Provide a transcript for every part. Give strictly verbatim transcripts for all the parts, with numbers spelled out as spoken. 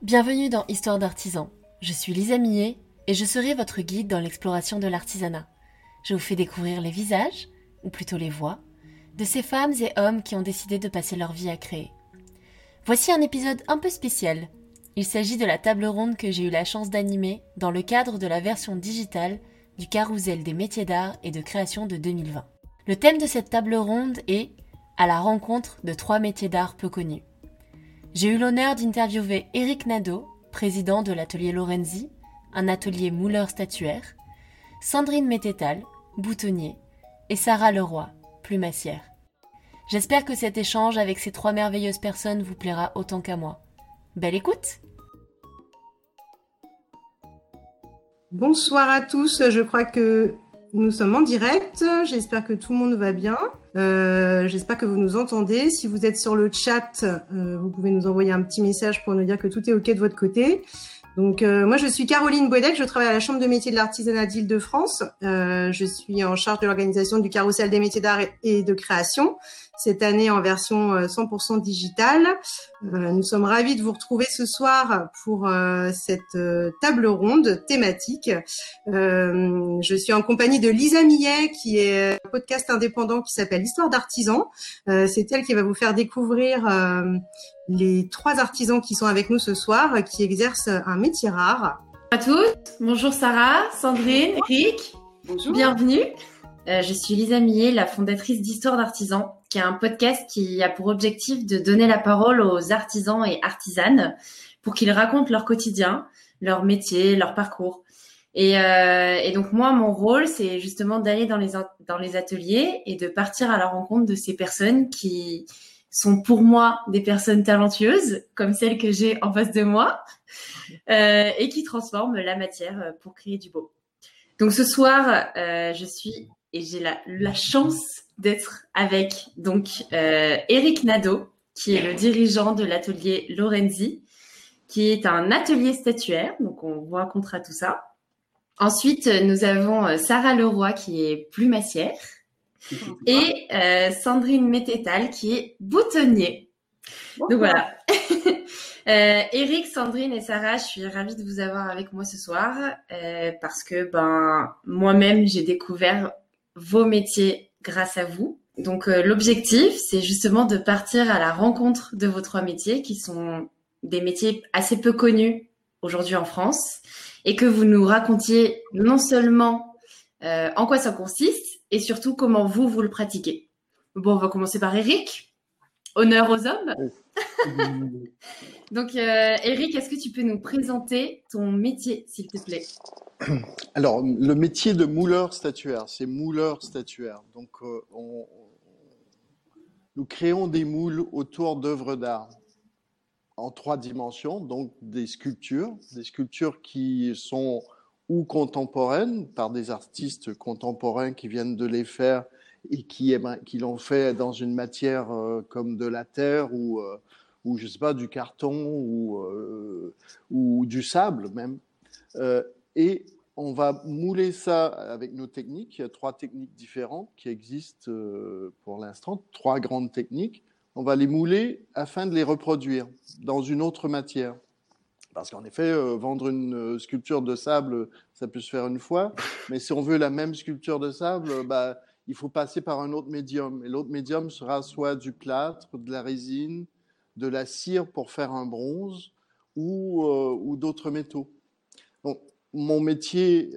Bienvenue dans Histoire d'artisans. Je suis Lisa Millet et je serai votre guide dans l'exploration de l'artisanat. Je vous fais découvrir les visages, ou plutôt les voix, de ces femmes et hommes qui ont décidé de passer leur vie à créer. Voici un épisode un peu spécial. Il s'agit de la table ronde que j'ai eu la chance d'animer dans le cadre de la version digitale du Carrousel des métiers d'art et de création de deux mille vingt. Le thème de cette table ronde est « À la rencontre de trois métiers d'art peu connus ». J'ai eu l'honneur d'interviewer Éric Nadeau, président de l'atelier Lorenzi, un atelier mouleur-statuaire, Sandrine Mettetal, boutonnier, et Sarah Leroy, plumassière. J'espère que cet échange avec ces trois merveilleuses personnes vous plaira autant qu'à moi. Belle écoute! Bonsoir à tous, je crois que nous sommes en direct, j'espère que tout le monde va bien, euh, j'espère que vous nous entendez. Si vous êtes sur le chat, euh, vous pouvez nous envoyer un petit message pour nous dire que tout est ok de votre côté. Donc euh, moi je suis Caroline Bouedec, je travaille à la Chambre de métiers de l'artisanat d'Île-de-France, euh, je suis en charge de l'organisation du Carrousel des métiers d'art et de création, cette année en version cent pour cent digitale. Euh, nous sommes ravis de vous retrouver ce soir pour euh, cette euh, table ronde thématique. Euh, je suis en compagnie de Lisa Millet, qui est un podcast indépendant qui s'appelle Histoire d'artisans. Euh, c'est elle qui va vous faire découvrir euh, les trois artisans qui sont avec nous ce soir, qui exercent un métier rare. Bonjour à tous, bonjour Sarah, Sandrine, Eric, Bonjour. Bienvenue. Euh, je suis Lisa Millet, la fondatrice d'Histoire d'artisans, qui est un podcast qui a pour objectif de donner la parole aux artisans et artisanes pour qu'ils racontent leur quotidien, leur métier, leur parcours. Et, euh, et donc moi, mon rôle, c'est justement d'aller dans les, dans les ateliers et de partir à la rencontre de ces personnes qui sont pour moi des personnes talentueuses, comme celles que j'ai en face de moi, euh, et qui transforment la matière pour créer du beau. Donc ce soir, euh, je suis et j'ai la, la chance d'être avec donc euh, Éric Nadeau, qui est le dirigeant de l'atelier Lorenzi, qui est un atelier statuaire. Donc on vous racontera tout ça. Ensuite, nous avons Sarah Leroy, qui est plumassière, et euh, Sandrine Mettetal, qui est boutonnier. Donc voilà. Euh, Eric, Sandrine et Sarah, je suis ravie de vous avoir avec moi ce soir euh, parce que ben moi-même j'ai découvert vos métiers grâce à vous. Donc euh, l'objectif, c'est justement de partir à la rencontre de vos trois métiers qui sont des métiers assez peu connus aujourd'hui en France et que vous nous racontiez non seulement euh, en quoi ça consiste et surtout comment vous, vous le pratiquez. Bon, on va commencer par Eric. Honneur aux hommes. Donc, euh, Eric, est-ce que tu peux nous présenter ton métier, s'il te plaît? Alors, le métier de mouleur statuaire, c'est mouleur statuaire. Donc, euh, on, nous créons des moules autour d'œuvres d'art en trois dimensions, donc des sculptures, des sculptures qui sont ou contemporaines, par des artistes contemporains qui viennent de les faire et qui, qui l'ont fait dans une matière euh, comme de la terre ou... Euh, ou je sais pas, du carton ou, euh, ou du sable même. Euh, et on va mouler ça avec nos techniques. Il y a trois techniques différentes qui existent euh, pour l'instant, trois grandes techniques. On va les mouler afin de les reproduire dans une autre matière. Parce qu'en effet, euh, vendre une sculpture de sable, ça peut se faire une fois, mais si on veut la même sculpture de sable, bah, il faut passer par un autre médium. Et l'autre médium sera soit du plâtre, de la résine, de la cire pour faire un bronze ou, euh, ou d'autres métaux. Donc, mon métier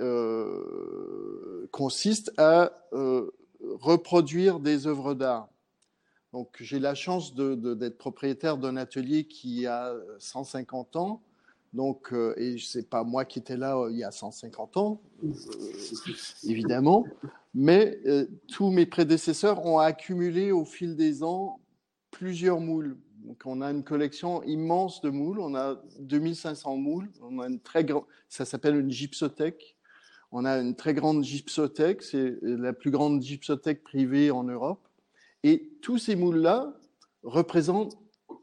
euh, consiste à euh, reproduire des œuvres d'art. Donc, j'ai la chance de, de, d'être propriétaire d'un atelier qui a cent cinquante ans. Donc, euh, et c'est pas moi qui étais là euh, il y a cent cinquante ans, euh, évidemment, mais euh, tous mes prédécesseurs ont accumulé au fil des ans plusieurs moules. Donc, on a une collection immense de moules. On a deux mille cinq cents moules. On a une très grande, ça s'appelle une gypsothèque. On a une très grande gypsothèque. C'est la plus grande gypsothèque privée en Europe. Et tous ces moules-là représentent,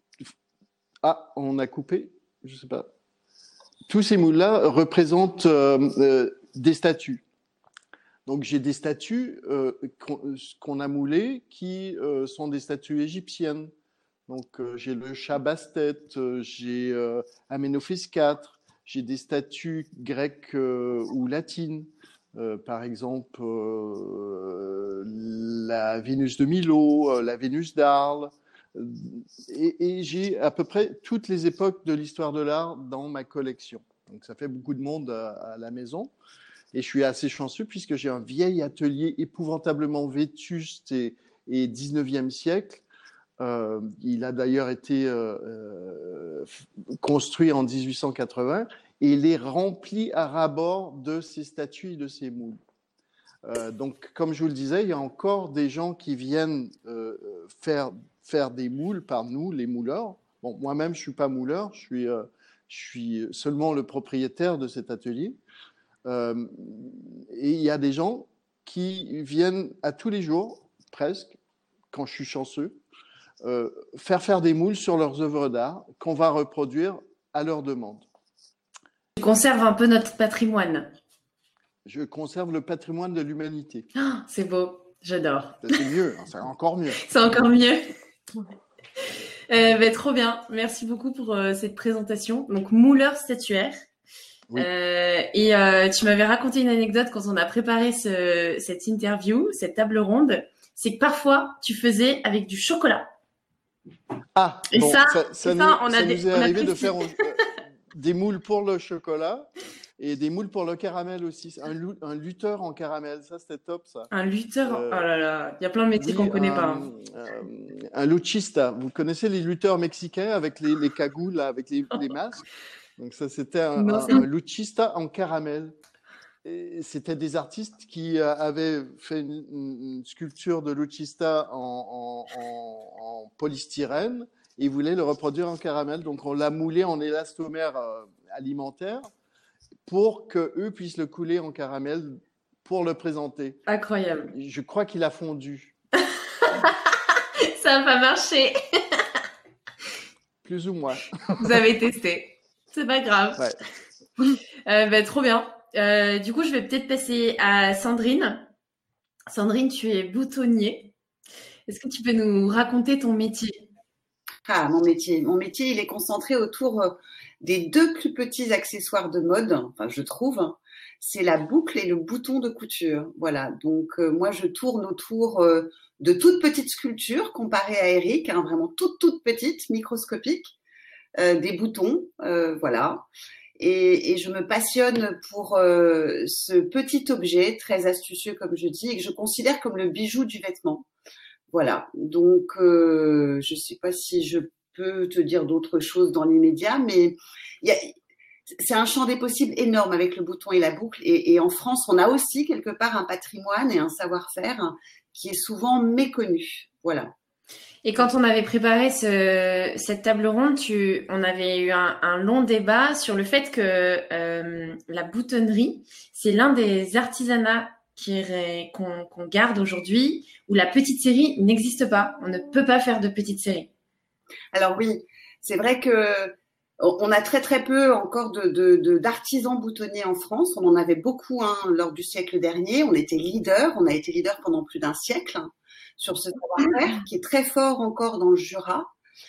ah, on a coupé, je sais pas. Tous ces moules-là représentent euh, euh, des statues. Donc, j'ai des statues euh, qu'on, qu'on a moulées qui euh, sont des statues égyptiennes. Donc, euh, j'ai le chat Bastet, euh, j'ai euh, Aménophis quatre, j'ai des statues grecques euh, ou latines. Euh, par exemple, euh, la Vénus de Milo, euh, la Vénus d'Arles. Et, et j'ai à peu près toutes les époques de l'histoire de l'art dans ma collection. Donc, ça fait beaucoup de monde à, à la maison. Et je suis assez chanceux puisque j'ai un vieil atelier épouvantablement vétuste et, et dix-neuvième siècle. Euh, il a d'ailleurs été euh, euh, construit en dix-huit cent quatre-vingts et il est rempli à ras-bord de ces statues et de ces moules. Euh, donc, comme je vous le disais, il y a encore des gens qui viennent euh, faire, faire des moules par nous, les mouleurs. Bon, moi-même, je ne suis pas mouleur, je suis, euh, je suis seulement le propriétaire de cet atelier. Euh, et il y a des gens qui viennent à tous les jours, presque, quand je suis chanceux, euh, faire faire des moules sur leurs œuvres d'art qu'on va reproduire à leur demande. Tu conserves un peu notre patrimoine. Je conserve le patrimoine de l'humanité. Oh, c'est beau, j'adore. C'est mieux, c'est encore mieux. C'est encore mieux. Euh, bah, trop bien, merci beaucoup pour euh, cette présentation. Donc, mouleur statuaire. Oui. Euh, et euh, tu m'avais raconté une anecdote quand on a préparé ce, cette interview, cette table ronde, c'est que parfois tu faisais avec du chocolat. Ah, et bon, ça, ça, ça, et nous, ça, on a ça des, nous est on arrivé a de faire euh, des moules pour le chocolat et des moules pour le caramel aussi. Un, un lutteur en caramel, ça c'était top ça. Un lutteur, euh, oh là là, il y a plein de métiers oui, qu'on ne connaît un, pas. Hein. Euh, un luchista, vous connaissez les lutteurs mexicains avec les, les cagoules, là, avec les, les masques. Donc ça c'était un, un, un luchista en caramel. Et c'était des artistes qui avaient fait une, une sculpture de luchista en, en, en, en polystyrène et ils voulaient le reproduire en caramel. Donc on l'a moulé en élastomère euh, alimentaire pour qu'eux puissent le couler en caramel pour le présenter. Incroyable. Je crois qu'il a fondu. Ça n'a pas marché. Plus ou moins. Vous avez testé. C'est pas grave. Ouais. Euh, bah, trop bien. Euh, du coup, je vais peut-être passer à Sandrine. Sandrine, tu es boutonnier. Est-ce que tu peux nous raconter ton métier ? Ah, mon métier. Mon métier, il est concentré autour des deux plus petits accessoires de mode, enfin, je trouve. C'est la boucle et le bouton de couture. Voilà. Donc, euh, moi, je tourne autour euh, de toutes petites sculptures comparées à Eric, hein, vraiment toutes, toutes petites, microscopiques, euh, des boutons, euh, voilà. Et, et je me passionne pour euh, ce petit objet très astucieux, comme je dis, et que je considère comme le bijou du vêtement. Voilà. Donc, euh, je ne sais pas si je peux te dire d'autres choses dans l'immédiat, mais il y a, c'est un champ des possibles énorme avec le bouton et la boucle. Et, et en France, on a aussi quelque part un patrimoine et un savoir-faire qui est souvent méconnu. Voilà. Et quand on avait préparé ce, cette table ronde, tu, on avait eu un, un long débat sur le fait que euh, la boutonnerie, c'est l'un des artisanats qui, qu'on, qu'on garde aujourd'hui, où la petite série n'existe pas. On ne peut pas faire de petite série. Alors oui, c'est vrai que on a très très peu encore de, de, de, d'artisans boutonniers en France. On en avait beaucoup hein, lors du siècle dernier. On était leader, on a été leader pendant plus d'un siècle hein, sur ce savoir-faire qui est très fort encore dans le Jura.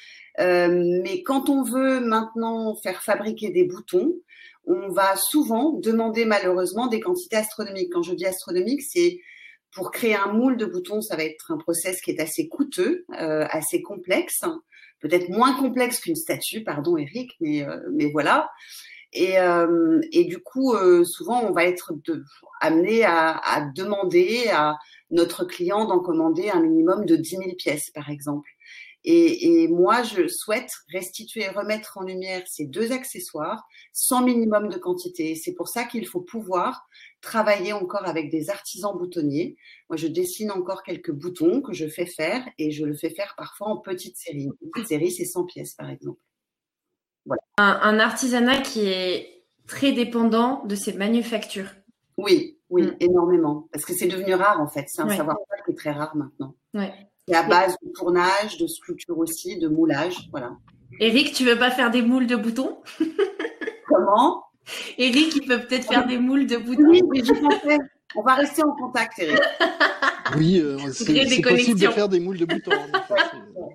Euh, mais quand on veut maintenant faire fabriquer des boutons, on va souvent demander malheureusement des quantités astronomiques. Quand je dis astronomique, c'est pour créer un moule de boutons, ça va être un process qui est assez coûteux, euh, assez complexe. Peut-être moins complexe qu'une statue, pardon Eric, mais euh, mais voilà. Et euh, et du coup, euh, souvent, on va être de, amené à, à demander à notre client d'en commander un minimum de dix mille pièces, par exemple. Et, et moi, je souhaite restituer et remettre en lumière ces deux accessoires sans minimum de quantité. C'est pour ça qu'il faut pouvoir travailler encore avec des artisans boutonniers. Moi, je dessine encore quelques boutons que je fais faire et je le fais faire parfois en petite série. Une petite série, c'est cent pièces, par exemple. Voilà. Un, un artisanat qui est très dépendant de ses manufactures. Oui, oui, mm. énormément. Parce que c'est devenu rare, en fait. C'est un ouais. savoir-faire qui est très rare maintenant. Ouais. C'est à base de tournage, de sculpture aussi, de moulage, voilà. Eric, tu veux pas faire des moules de boutons ? Comment ? Eric, il peut peut-être faire des moules de boutons. Oui, mais je pensais. On va rester en contact, Eric. Oui, euh, c'est, c'est possible de faire des moules de boutons.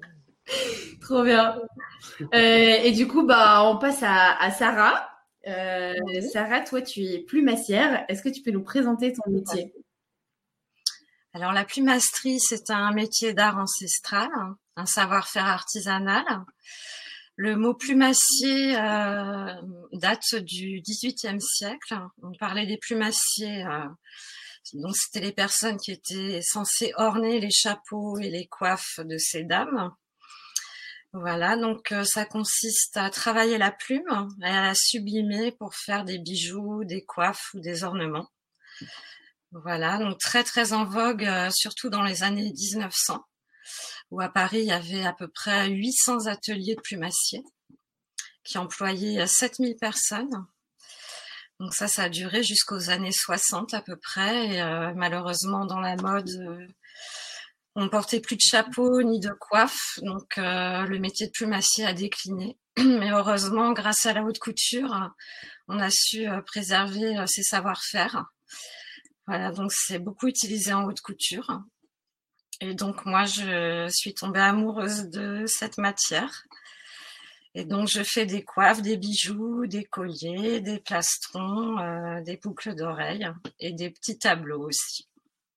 Trop bien. Euh, et du coup, bah, on passe à, à Sarah. Euh, oui. Sarah, toi, tu es plumassière. Est-ce que tu peux nous présenter ton métier? Alors, la plumasserie, c'est un métier d'art ancestral, un savoir-faire artisanal. Le mot plumassier euh, date du dix-huitième siècle. On parlait des plumassiers, euh, donc c'était les personnes qui étaient censées orner les chapeaux et les coiffes de ces dames. Voilà, donc euh, ça consiste à travailler la plume et à la sublimer pour faire des bijoux, des coiffes ou des ornements. Voilà, donc très très en vogue, euh, surtout dans les années dix-neuf cents, où à Paris, il y avait à peu près huit cents ateliers de plumassiers qui employaient sept mille personnes. Donc ça, ça a duré jusqu'aux années soixante à peu près. Et euh, malheureusement, dans la mode, euh, on portait plus de chapeau ni de coiffe, donc euh, le métier de plumassier a décliné. Mais heureusement, grâce à la haute couture, on a su euh, préserver euh, ses savoir-faire. Voilà, donc c'est beaucoup utilisé en haute couture. Et donc moi, je suis tombée amoureuse de cette matière. Et donc je fais des coiffes, des bijoux, des colliers, des plastrons, euh, des boucles d'oreilles et des petits tableaux aussi.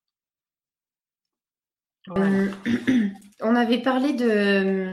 Voilà. Euh, on avait parlé de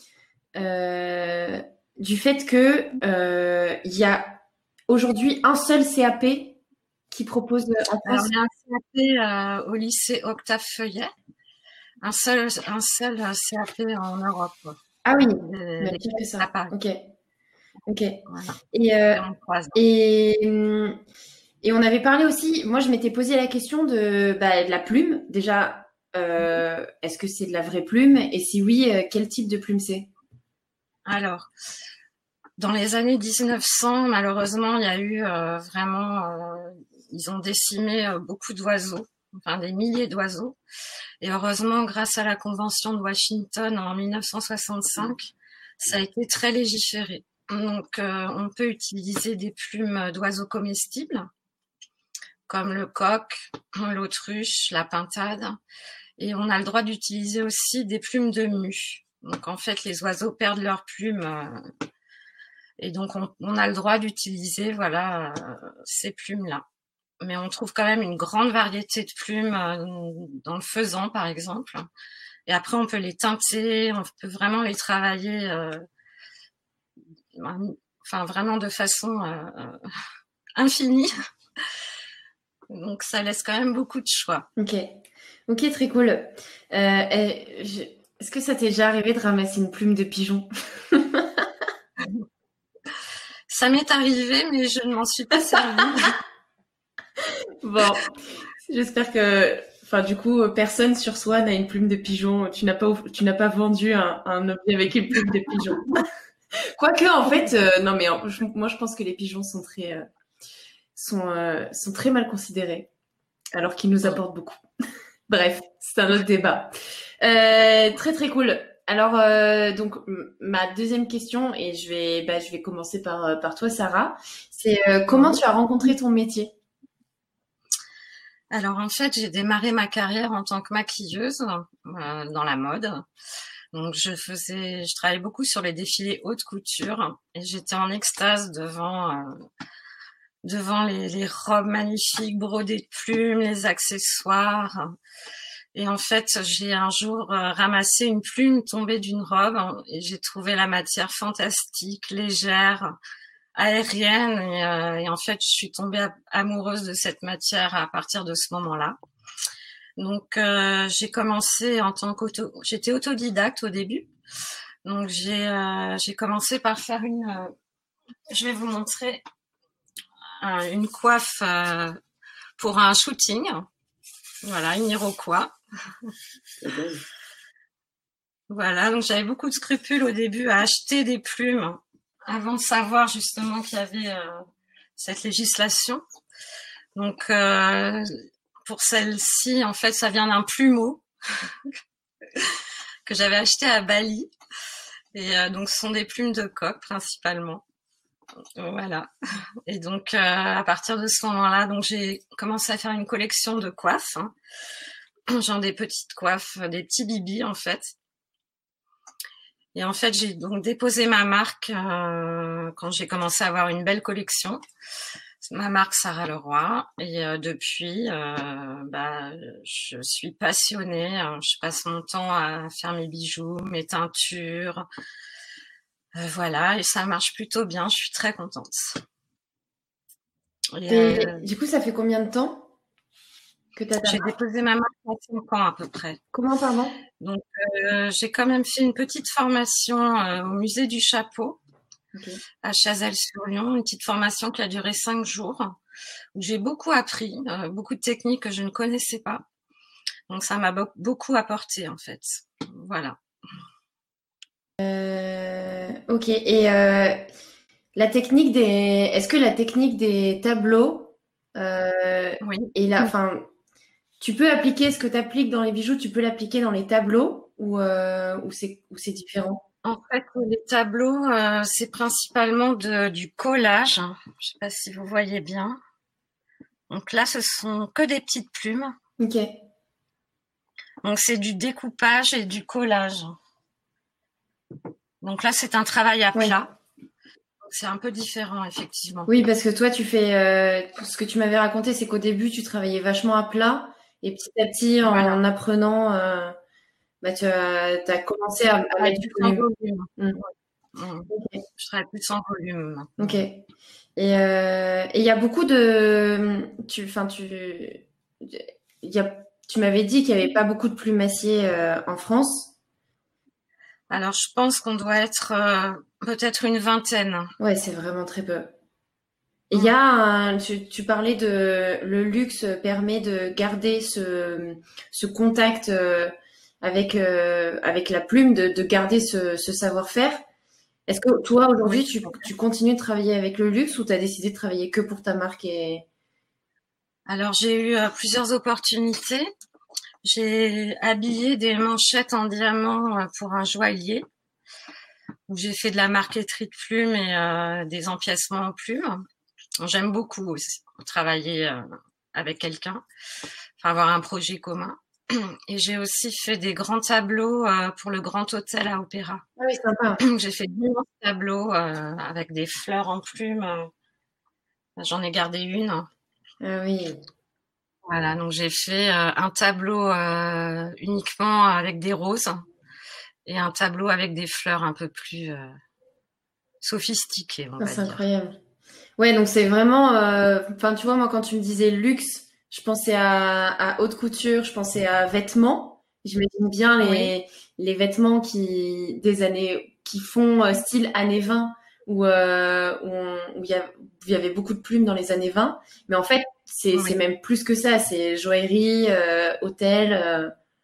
euh, du fait que euh, il y a aujourd'hui un seul C A P qui propose en France. Alors, il y a un C A P euh, au lycée Octave Feuillet, un seul un seul C A P en Europe. Ah oui, euh, mais pire que ça. Ok, ok. Voilà. Et, euh, et et on avait parlé aussi. Moi, je m'étais posé la question de, bah, de la plume. Déjà, euh, est-ce que c'est de la vraie plume? Et si oui, euh, quel type de plume c'est? Alors, dans les années dix-neuf cents, malheureusement, il y a eu euh, vraiment, euh, ils ont décimé euh, beaucoup d'oiseaux, enfin des milliers d'oiseaux. Et heureusement, grâce à la Convention de Washington en mille neuf cent soixante-cinq, ça a été très légiféré. Donc, euh, on peut utiliser des plumes d'oiseaux comestibles, comme le coq, l'autruche, la pintade. Et on a le droit d'utiliser aussi des plumes de mue. Donc, en fait, les oiseaux perdent leurs plumes. Euh, et donc, on, on a le droit d'utiliser, voilà, euh, ces plumes-là. Mais on trouve quand même une grande variété de plumes euh, dans le faisan, par exemple. Et après, on peut les teinter, on peut vraiment les travailler, euh, enfin, vraiment de façon euh, infinie. Donc, ça laisse quand même beaucoup de choix. Ok, ok, très cool. Euh, je... Est-ce que ça t'est déjà arrivé de ramasser une plume de pigeon? Ça m'est arrivé, mais je ne m'en suis pas servie. Bon, j'espère que, enfin, du coup, personne sur soi n'a une plume de pigeon. Tu n'as pas, tu n'as pas vendu un, un objet avec une plume de pigeon. Quoique, en fait, euh, non, mais je, moi, je pense que les pigeons sont très, euh, sont, euh, sont très mal considérés, alors qu'ils nous apportent beaucoup. Bref, c'est un autre débat. Euh, très très cool. Alors, euh, donc ma deuxième question, et je vais, bah, je vais commencer par par toi, Sarah. C'est euh, comment tu as rencontré ton métier? Alors en fait, j'ai démarré ma carrière en tant que maquilleuse euh, dans la mode. Donc je faisais, je travaillais beaucoup sur les défilés haute couture et j'étais en extase devant euh, devant les, les robes magnifiques brodées de plumes, les accessoires. Et en fait, j'ai un jour euh, ramassé une plume tombée d'une robe et j'ai trouvé la matière fantastique, légère, aérienne. Et, euh, et en fait, je suis tombée amoureuse de cette matière à partir de ce moment-là. Donc, euh, j'ai commencé en tant qu'auto... J'étais autodidacte au début. Donc, j'ai euh, j'ai commencé par faire une... Euh... Je vais vous montrer euh, une coiffe euh, pour un shooting. Voilà, une Iroquois. Voilà, donc j'avais beaucoup de scrupules au début à acheter des plumes avant de savoir justement qu'il y avait euh, cette législation. Donc euh, pour celle-ci, en fait, ça vient d'un plumeau que j'avais acheté à Bali. Et euh, donc ce sont des plumes de coq principalement. Voilà. Et donc euh, à partir de ce moment-là, donc j'ai commencé à faire une collection de coiffes. Hein. Genre des petites coiffes, des petits bibis en fait. Et en fait, j'ai donc déposé ma marque euh, quand j'ai commencé à avoir une belle collection. Ma marque Sarah Leroy. Et euh, depuis, euh, bah, je suis passionnée. Je passe mon temps à faire mes bijoux, mes teintures. Euh, voilà, et ça marche plutôt bien. Je suis très contente. Et, et euh, du coup, ça fait combien de temps que tu as J'ai déposé ma marque il y a cinq ans à peu près. Comment, pardon? Donc, euh, j'ai quand même fait une petite formation euh, au musée du Chapeau, okay, à Chazelles-sur-Lyon, une petite formation qui a duré cinq jours, où j'ai beaucoup appris, euh, beaucoup de techniques que je ne connaissais pas. Donc, ça m'a be- beaucoup apporté, en fait. Voilà. Euh, ok. Et euh, la technique des... Est-ce que la technique des tableaux euh, oui. et la... Enfin, tu peux appliquer ce que tu appliques dans les bijoux, tu peux l'appliquer dans les tableaux ou, euh, ou c'est ou c'est différent? En fait, les tableaux, euh, c'est principalement de, du collage. Je ne sais pas si vous voyez bien. Donc là, ce sont que des petites plumes. Ok. Donc c'est du découpage et du collage. Donc là, c'est un travail à plat. Oui. C'est un peu différent, effectivement. Oui, parce que toi, tu fais... Euh, ce que tu m'avais raconté, c'est qu'au début, tu travaillais vachement à plat. Et petit à petit, en, voilà. en apprenant, euh, bah, tu as, as commencé à, à mettre du volume. volume. Mmh. Mmh. Okay. Je travaille plus en volume maintenant. Ok. Et il euh, y a beaucoup de... Tu, enfin, tu... Y a, tu m'avais dit qu'il n'y avait pas beaucoup de plumassiers euh, en France. Alors, je pense qu'on doit être euh, peut-être une vingtaine. Ouais, c'est vraiment très peu. Il y a un, tu, tu parlais de le luxe permet de garder ce, ce contact euh, avec euh, avec la plume, de, de garder ce, ce savoir-faire. Est-ce que toi aujourd'hui oui, tu, tu continues de travailler avec le luxe ou tu as décidé de travailler que pour ta marque et... Alors j'ai eu euh, plusieurs opportunités. J'ai habillé des manchettes en diamant pour un joaillier où j'ai fait de la marqueterie de plumes et euh, des empiècements en plumes. J'aime beaucoup aussi travailler euh, avec quelqu'un, enfin avoir un projet commun. Et j'ai aussi fait des grands tableaux euh, pour le Grand Hôtel à Opéra. Ah oui, sympa. J'ai fait d'immenses tableaux euh, avec des fleurs en plumes. J'en ai gardé une. Ah oui. Voilà, donc j'ai fait euh, un tableau euh, uniquement avec des roses et un tableau avec des fleurs un peu plus euh, sophistiquées, on ah, va c'est dire. Incroyable. Ouais, donc c'est vraiment... Enfin, euh, tu vois, moi, quand tu me disais luxe, je pensais à, à haute couture, je pensais à vêtements. J'imagine bien les, oui. les vêtements qui des années qui font euh, style années vingt où euh, où il y, y avait beaucoup de plumes dans les années vingt. Mais en fait, c'est oui. même plus que ça. C'est joaillerie, euh, hôtel. Euh...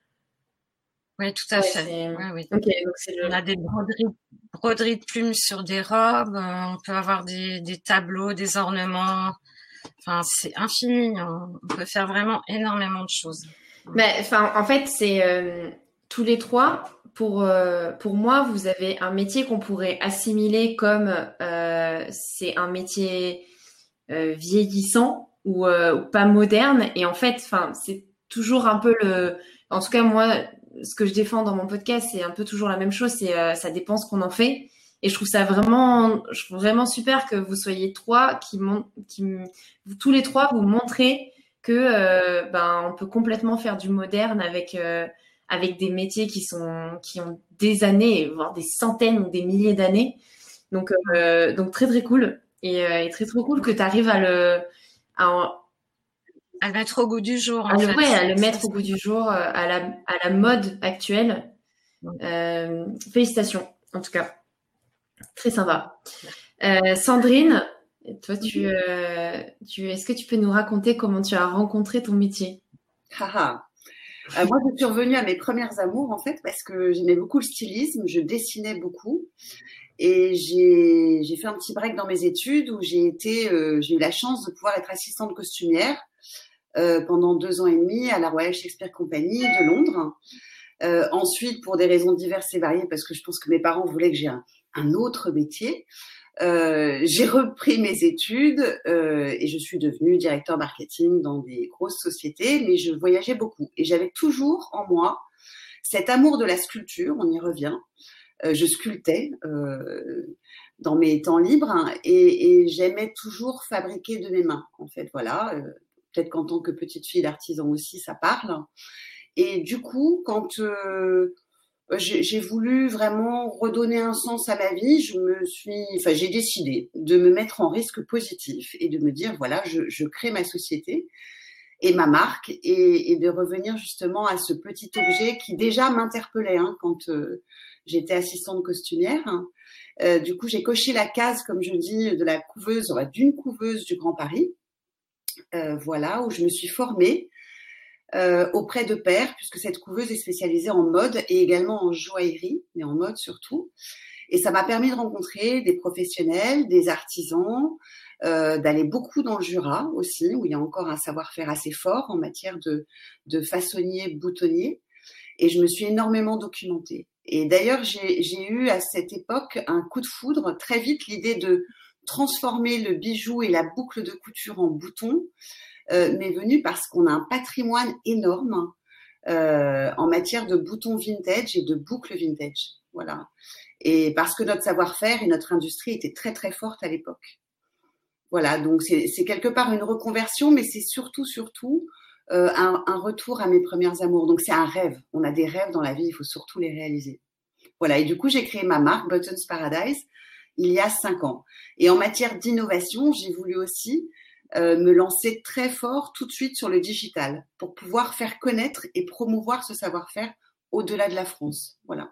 Oui, tout à ouais, fait. Oui, oui. Okay, donc c'est le... On a des broderies, broderies de plumes sur des robes. Euh, on peut avoir des, des tableaux, des ornements. Enfin, c'est infini. On peut faire vraiment énormément de choses. Mais enfin, en fait, c'est euh, tous les trois. Pour euh, pour moi, vous avez un métier qu'on pourrait assimiler comme euh, c'est un métier euh, vieillissant ou, euh, ou pas moderne. Et en fait, enfin, c'est toujours un peu le. En tout cas, moi, ce que je défends dans mon podcast, c'est un peu toujours la même chose. C'est euh, ça dépend ce qu'on en fait. Et je trouve ça vraiment, je trouve vraiment super que vous soyez trois qui montent, qui vous, tous les trois vous montrez que euh, ben on peut complètement faire du moderne avec euh, avec des métiers qui sont qui ont des années, voire des centaines ou des milliers d'années. Donc euh, donc très très cool et, euh, et très très cool que tu arrives à le à, à le mettre au goût du jour. À en le, fait. Ouais, à le mettre au goût du jour, à la à la mode actuelle. Euh, félicitations en tout cas. Très sympa. Euh, Sandrine, toi, tu, euh, tu, est-ce que tu peux nous raconter comment tu as rencontré ton métier? Haha. Euh, moi, je suis revenue à mes premières amours, en fait, parce que j'aimais beaucoup le stylisme, je dessinais beaucoup. Et j'ai, j'ai fait un petit break dans mes études où j'ai été, euh, j'ai eu la chance de pouvoir être assistante costumière euh, pendant deux ans et demi à la Royal Shakespeare Company de Londres. Euh, ensuite, pour des raisons diverses et variées, parce que je pense que mes parents voulaient que j'ai un, un autre métier, euh, j'ai repris mes études euh, et je suis devenue directeur marketing dans des grosses sociétés, mais je voyageais beaucoup. Et j'avais toujours en moi cet amour de la sculpture, on y revient, Euh, je sculptais euh, dans mes temps libres hein, et, et j'aimais toujours fabriquer de mes mains. En fait, voilà. Euh, peut-être qu'en tant que petite fille d'artisan aussi, ça parle. Et du coup, quand euh, j'ai, j'ai voulu vraiment redonner un sens à ma vie, je me suis, enfin, j'ai décidé de me mettre en risque positif et de me dire voilà, je, je crée ma société et ma marque et, et de revenir justement à ce petit objet qui déjà m'interpellait hein, quand euh, j'étais assistante costumière. Hein. Euh, du coup, j'ai coché la case, comme je dis, de la couveuse, d'une couveuse du Grand Paris, euh, voilà, où je me suis formée euh, auprès de pairs, puisque cette couveuse est spécialisée en mode et également en joaillerie, mais en mode surtout. Et ça m'a permis de rencontrer des professionnels, des artisans, euh, d'aller beaucoup dans le Jura aussi, où il y a encore un savoir-faire assez fort en matière de, de façonnier, boutonnier. Et je me suis énormément documentée. Et d'ailleurs, j'ai, j'ai eu à cette époque un coup de foudre, très vite, l'idée de transformer le bijou et la boucle de couture en bouton euh, m'est venue parce qu'on a un patrimoine énorme euh, en matière de boutons vintage et de boucles vintage. Voilà. Et parce que notre savoir-faire et notre industrie étaient très, très fortes à l'époque. Voilà, donc c'est, c'est quelque part une reconversion, mais c'est surtout, surtout euh, un, un retour à mes premières amours. Donc c'est un rêve. On a des rêves dans la vie, il faut surtout les réaliser. Voilà, et du coup, j'ai créé ma marque Buttons Paradise il y a cinq ans. Et en matière d'innovation, j'ai voulu aussi euh, me lancer très fort tout de suite sur le digital pour pouvoir faire connaître et promouvoir ce savoir-faire au-delà de la France. Voilà.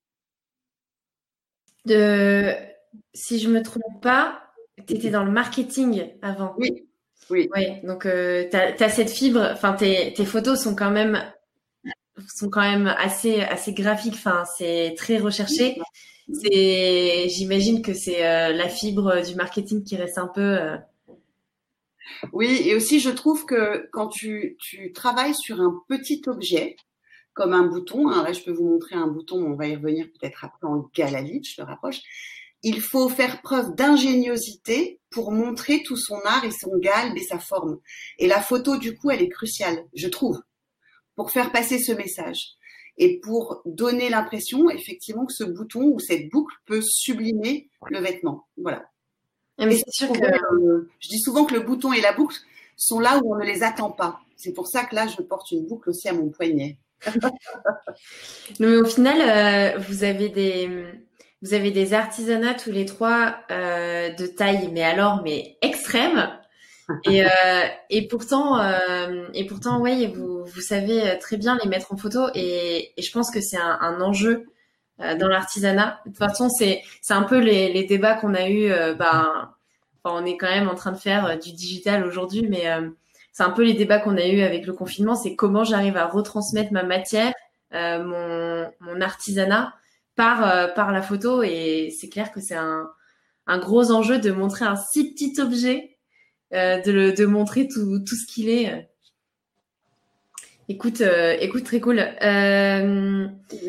De... Si je me trompe pas, tu étais dans le marketing avant. Oui, oui. Ouais, donc euh, tu as cette fibre, enfin tes, tes photos sont quand même sont quand même assez assez graphiques, enfin c'est très recherché. C'est j'imagine que c'est euh, la fibre du marketing qui reste un peu euh... Oui, et aussi je trouve que quand tu tu travailles sur un petit objet comme un bouton, hein, là je peux vous montrer un bouton, on va y revenir peut-être après en galalite, je le rapproche. Il faut faire preuve d'ingéniosité pour montrer tout son art et son galbe et sa forme. Et la photo, du coup, elle est cruciale, je trouve, pour faire passer ce message. Et pour donner l'impression, effectivement, que ce bouton ou cette boucle peut sublimer le vêtement. Voilà. Mais c'est sûr que... euh, je dis souvent que le bouton et la boucle sont là où on ne les attend pas. C'est pour ça que là, je porte une boucle aussi à mon poignet. Non, mais au final, euh, vous avez des... Vous avez des artisanats tous les trois euh, de taille, mais alors, mais extrême. Et, euh, et pourtant, euh, et pourtant, ouais, vous, vous savez très bien les mettre en photo. Et, et je pense que c'est un, un enjeu euh, dans l'artisanat. De toute façon, c'est, c'est un peu les, les débats qu'on a eu. Euh, ben, enfin, on est quand même en train de faire euh, du digital aujourd'hui, mais euh, c'est un peu les débats qu'on a eu avec le confinement. C'est comment j'arrive à retransmettre ma matière, euh, mon, mon artisanat. Par, euh, par la photo, et c'est clair que c'est un, un gros enjeu de montrer un si petit objet, euh, de, le, de montrer tout, tout ce qu'il est. Écoute, euh, écoute, très cool. Euh,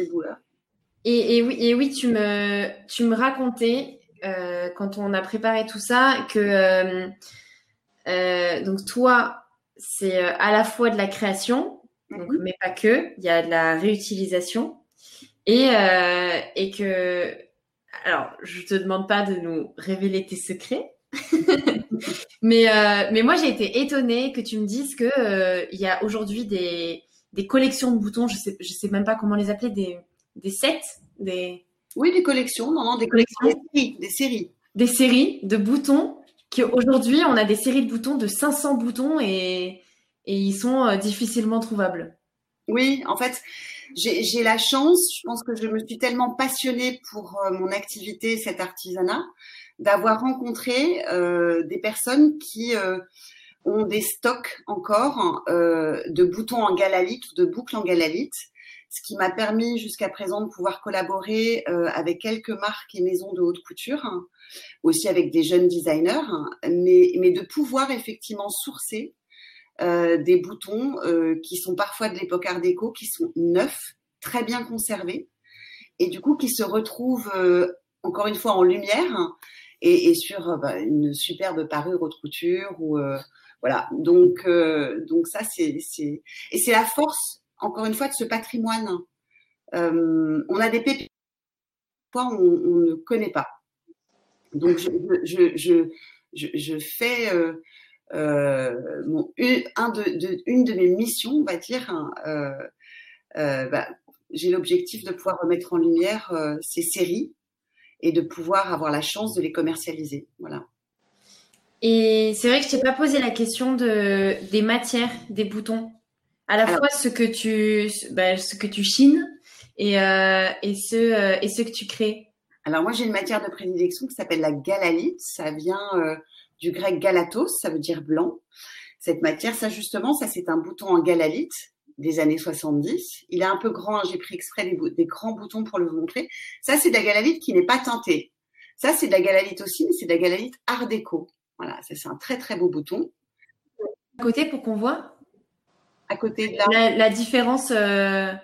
et, et oui, et oui, tu me, tu me racontais euh, quand on a préparé tout ça que euh, euh, donc toi, c'est à la fois de la création, donc, mm-hmm. mais pas que. Il y a de la réutilisation. Et, euh, et que, alors, je te demande pas de nous révéler tes secrets, mais, euh, mais moi j'ai été étonnée que tu me dises que euh, il y a aujourd'hui des, des collections de boutons, je sais, je sais même pas comment les appeler, des, des sets, des. Oui, des collections, non, non, des collections, des séries, des séries, des séries de boutons. Qu'aujourd'hui on a des séries de boutons de cinq cents boutons et et ils sont euh, difficilement trouvables. Oui, en fait. J'ai, j'ai la chance, je pense que je me suis tellement passionnée pour euh, mon activité, cet artisanat, d'avoir rencontré euh, des personnes qui euh, ont des stocks encore euh, de boutons en galalite ou de boucles en galalite, ce qui m'a permis jusqu'à présent de pouvoir collaborer euh, avec quelques marques et maisons de haute couture, hein, aussi avec des jeunes designers, hein, mais, mais de pouvoir effectivement sourcer Euh, des boutons euh, qui sont parfois de l'époque Art déco, qui sont neufs, très bien conservés, et du coup qui se retrouvent euh, encore une fois en lumière et, et sur euh, bah, une superbe parure haute couture. Ou, euh, voilà. Donc, euh, donc ça, c'est, c'est... Et c'est la force, encore une fois, de ce patrimoine. Euh, on a des pépites on, on ne connaît pas. Donc, je, je, je, je, je fais euh, euh, mon, une, un de, de, une de mes missions, on va dire. Hein, euh, euh, bah, j'ai l'objectif de pouvoir remettre en lumière euh, ces séries et de pouvoir avoir la chance de les commercialiser. Voilà. Et c'est vrai que je t'ai pas posé la question de des matières, des boutons. À la Alors, fois ce que tu, bah, ce que tu chines et euh, et ce euh, et ce que tu crées. Alors moi j'ai une matière de prédilection qui s'appelle la galalite. Ça vient euh, du grec galatos, ça veut dire blanc. Cette matière, ça justement, ça c'est un bouton en galalite des années soixante-dix. Il est un peu grand, hein, j'ai pris exprès des, des grands boutons pour le vous montrer. Ça c'est de la galalite qui n'est pas teintée. Ça c'est de la galalite aussi, mais c'est de la galalite art déco. Voilà, ça c'est un très très beau bouton. À côté pour qu'on voit. À côté de là. La, la différence. Euh...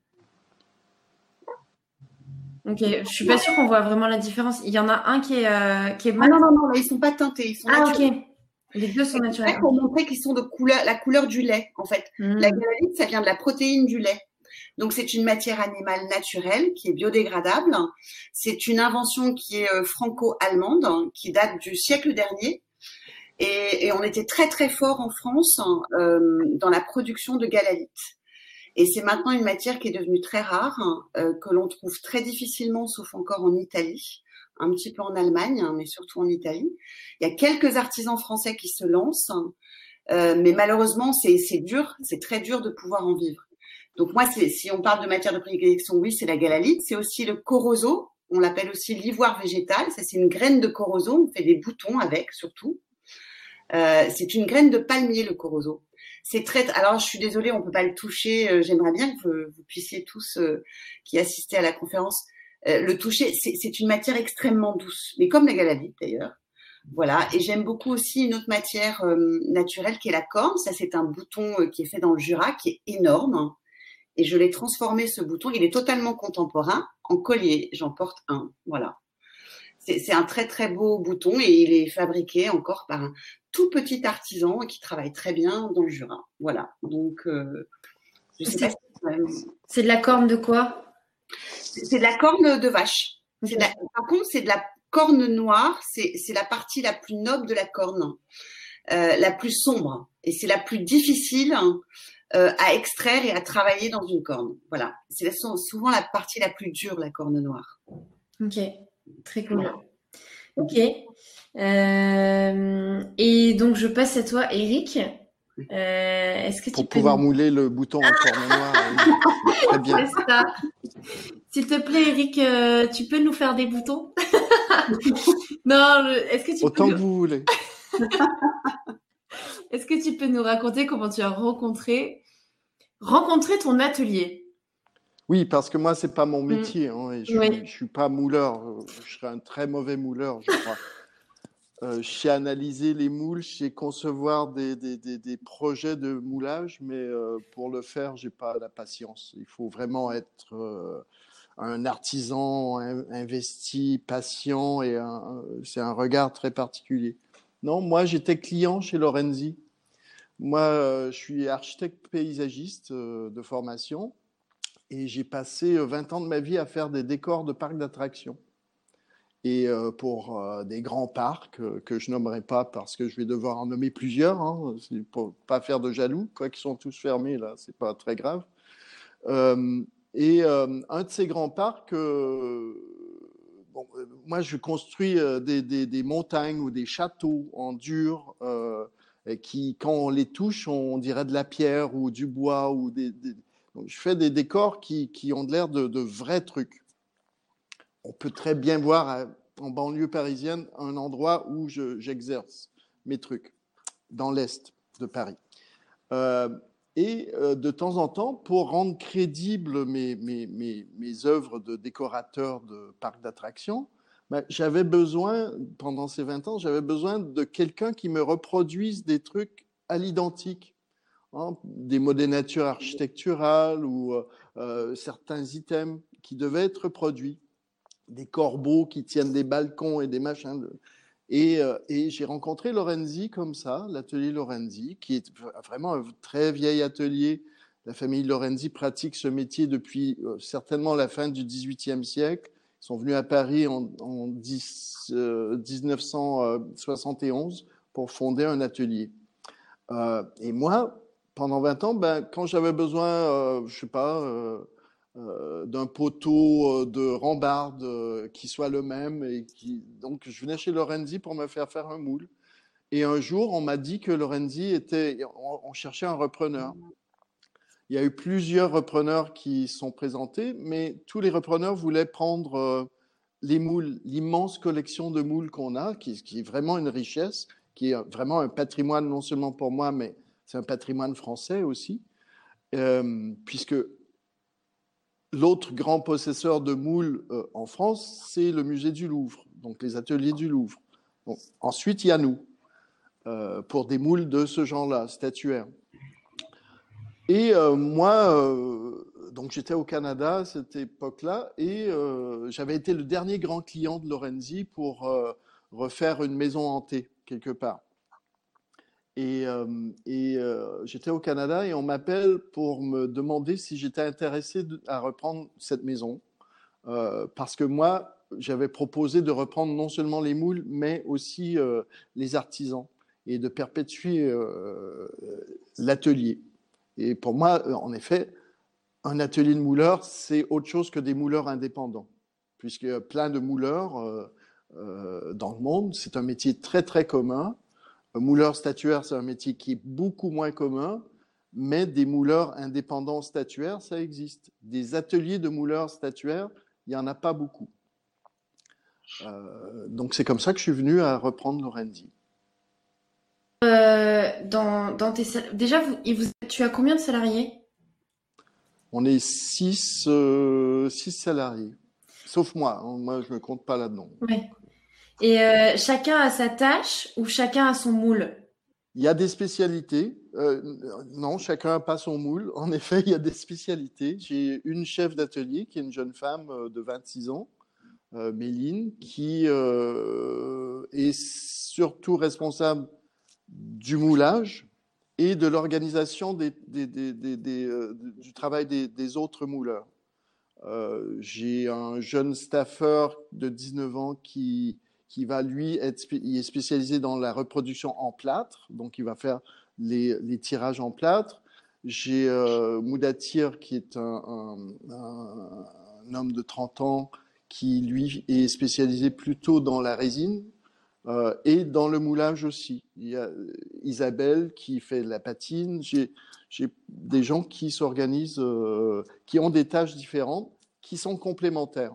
Ok, je suis pas sûre qu'on voit vraiment la différence. Il y en a un qui est euh, qui est mat. Ah non non non, là, ils sont pas teintés, ils sont ah naturels. ok. Les deux sont naturels. Pour montrer qu'ils sont de couleur, la couleur du lait en fait. Mmh. La galalite, ça vient de la protéine du lait. Donc c'est une matière animale naturelle qui est biodégradable. C'est une invention qui est franco-allemande, qui date du siècle dernier. Et, et on était très très fort en France euh, dans la production de galalite. Et c'est maintenant une matière qui est devenue très rare, euh, que l'on trouve très difficilement, sauf encore en Italie, un petit peu en Allemagne, hein, mais surtout en Italie. Il y a quelques artisans français qui se lancent, euh, mais malheureusement, c'est, c'est dur, c'est très dur de pouvoir en vivre. Donc moi, c'est, si on parle de matière de prédilection, oui, c'est la galalite. C'est aussi le corozo, on l'appelle aussi l'ivoire végétal. Ça, c'est une graine de corozo, on fait des boutons avec, surtout. Euh, c'est une graine de palmier, le corozo. C'est très. Alors, je suis désolée, on peut pas le toucher. Euh, j'aimerais bien que vous, vous puissiez tous euh, qui assistez à la conférence euh, le toucher. C'est, c'est une matière extrêmement douce, mais comme la galalite d'ailleurs. Voilà. Et j'aime beaucoup aussi une autre matière euh, naturelle qui est la corne. Ça, c'est un bouton euh, qui est fait dans le Jura, qui est énorme. Et je l'ai transformé, ce bouton. Il est totalement contemporain, en collier. J'en porte un. Voilà. C'est, c'est un très très beau bouton et il est fabriqué encore par un tout petit artisan qui travaille très bien dans le Jura. Voilà. Donc, euh, je sais c'est, pas si c'est de la corne de quoi? C'est de la corne de vache. Okay. C'est de la, par contre, c'est de la corne noire. C'est, c'est la partie la plus noble de la corne, euh, la plus sombre. Et c'est la plus difficile hein, euh, à extraire et à travailler dans une corne. Voilà. C'est souvent la partie la plus dure, la corne noire. Ok. Très cool. Ok. Euh, et donc, je passe à toi, Eric. Euh, est-ce que Pour tu pouvoir peux... mouler le bouton en corne noire. Oui. Très bien. C'est ça. S'il te plaît, Eric, euh, tu peux nous faire des boutons? Non, le... est-ce que tu Autant peux... que vous voulez. Est-ce que tu peux nous raconter comment tu as rencontré, rencontré ton atelier? Oui, parce que moi, c'est pas mon métier. Hein, et je, oui. je suis pas mouleur. Je serais un très mauvais mouleur, je crois. euh, je sais analyser les moules, je sais concevoir des, des, des, des projets de moulage, mais euh, pour le faire, j'ai pas la patience. Il faut vraiment être euh, un artisan investi, patient, et un, c'est un regard très particulier. Non, moi, j'étais client chez Lorenzi. Moi, euh, je suis architecte paysagiste euh, de formation. Et j'ai passé vingt ans de ma vie à faire des décors de parcs d'attractions. Et euh, pour euh, des grands parcs euh, que je nommerai pas parce que je vais devoir en nommer plusieurs, hein, c'est pour pas faire de jaloux, quoi qu'ils sont tous fermés là, c'est pas très grave. Euh, et euh, un de ces grands parcs, euh, bon, euh, moi je construis euh, des, des, des montagnes ou des châteaux en dur euh, qui, quand on les touche, on dirait de la pierre ou du bois ou des, des Donc, je fais des décors qui, qui ont l'air de, de vrais trucs. On peut très bien voir en banlieue parisienne un endroit où je, j'exerce mes trucs, dans l'est de Paris. Euh, et euh, de temps en temps, pour rendre crédibles mes, mes, mes, mes œuvres de décorateur de parcs d'attractions, ben, j'avais besoin, pendant ces vingt ans, j'avais besoin de quelqu'un qui me reproduise des trucs à l'identique. Hein, des mots des natures architecturales ou euh, certains items qui devaient être produits, des corbeaux qui tiennent des balcons et des machins. De... Et, euh, et j'ai rencontré Lorenzi comme ça, l'atelier Lorenzi, qui est vraiment un très vieil atelier. La famille Lorenzi pratique ce métier depuis euh, certainement la fin du dix-huitième siècle. Ils sont venus à Paris en, en dix, euh, dix-neuf cent soixante et onze pour fonder un atelier. Euh, et moi, pendant vingt ans, ben, quand j'avais besoin, euh, je sais pas, euh, euh, d'un poteau de rambarde euh, qui soit le même, et qui, donc je venais chez Lorenzi pour me faire faire un moule. Et un jour, on m'a dit que Lorenzi était, on, on cherchait un repreneur. Il y a eu plusieurs repreneurs qui sont présentés, mais tous les repreneurs voulaient prendre euh, les moules, l'immense collection de moules qu'on a, qui, qui est vraiment une richesse, qui est vraiment un patrimoine non seulement pour moi, mais c'est un patrimoine français aussi, euh, puisque l'autre grand possesseur de moules euh, en France, c'est le musée du Louvre, donc les ateliers du Louvre. Bon, ensuite, il y a nous, euh, pour des moules de ce genre-là, statuaires. Et euh, moi, euh, donc j'étais au Canada à cette époque-là, et euh, j'avais été le dernier grand client de Lorenzi pour euh, refaire une maison hantée quelque part. Et, euh, et euh, j'étais au Canada et on m'appelle pour me demander si j'étais intéressé de, à reprendre cette maison, euh, parce que moi, j'avais proposé de reprendre non seulement les moules, mais aussi euh, les artisans, et de perpétuer euh, l'atelier. Et pour moi, en effet, un atelier de mouleur, c'est autre chose que des mouleurs indépendants, puisqu'il y a plein de mouleurs euh, euh, dans le monde. C'est un métier très, très commun. Un mouleur statuaire, c'est un métier qui est beaucoup moins commun, mais des mouleurs indépendants statuaires, ça existe. Des ateliers de mouleurs statuaires, il n'y en a pas beaucoup. Euh, donc c'est comme ça que je suis venu à reprendre Lorenzi. Euh, dans, dans tes, déjà, vous, vous, tu as combien de salariés? On est six, euh, six salariés, sauf moi. Hein, moi, je ne me compte pas là-dedans. Oui. Et euh, chacun a sa tâche ou chacun a son moule? Il y a des spécialités. Euh, non, chacun n'a pas son moule. En effet, il y a des spécialités. J'ai une chef d'atelier qui est une jeune femme de vingt-six ans, euh, Méline, qui euh, est surtout responsable du moulage et de l'organisation des, des, des, des, des, euh, du travail des, des autres mouleurs. Euh, j'ai un jeune staffeur de dix-neuf ans qui, qui va, lui, être il est spécialisé dans la reproduction en plâtre, donc il va faire les, les tirages en plâtre. J'ai euh, Moudatir, qui est un, un, un, un homme de trente ans, qui, lui, est spécialisé plutôt dans la résine, Euh, et dans le moulage aussi. Il y a Isabelle qui fait la patine. J'ai, j'ai des gens qui s'organisent, euh, qui ont des tâches différentes, qui sont complémentaires.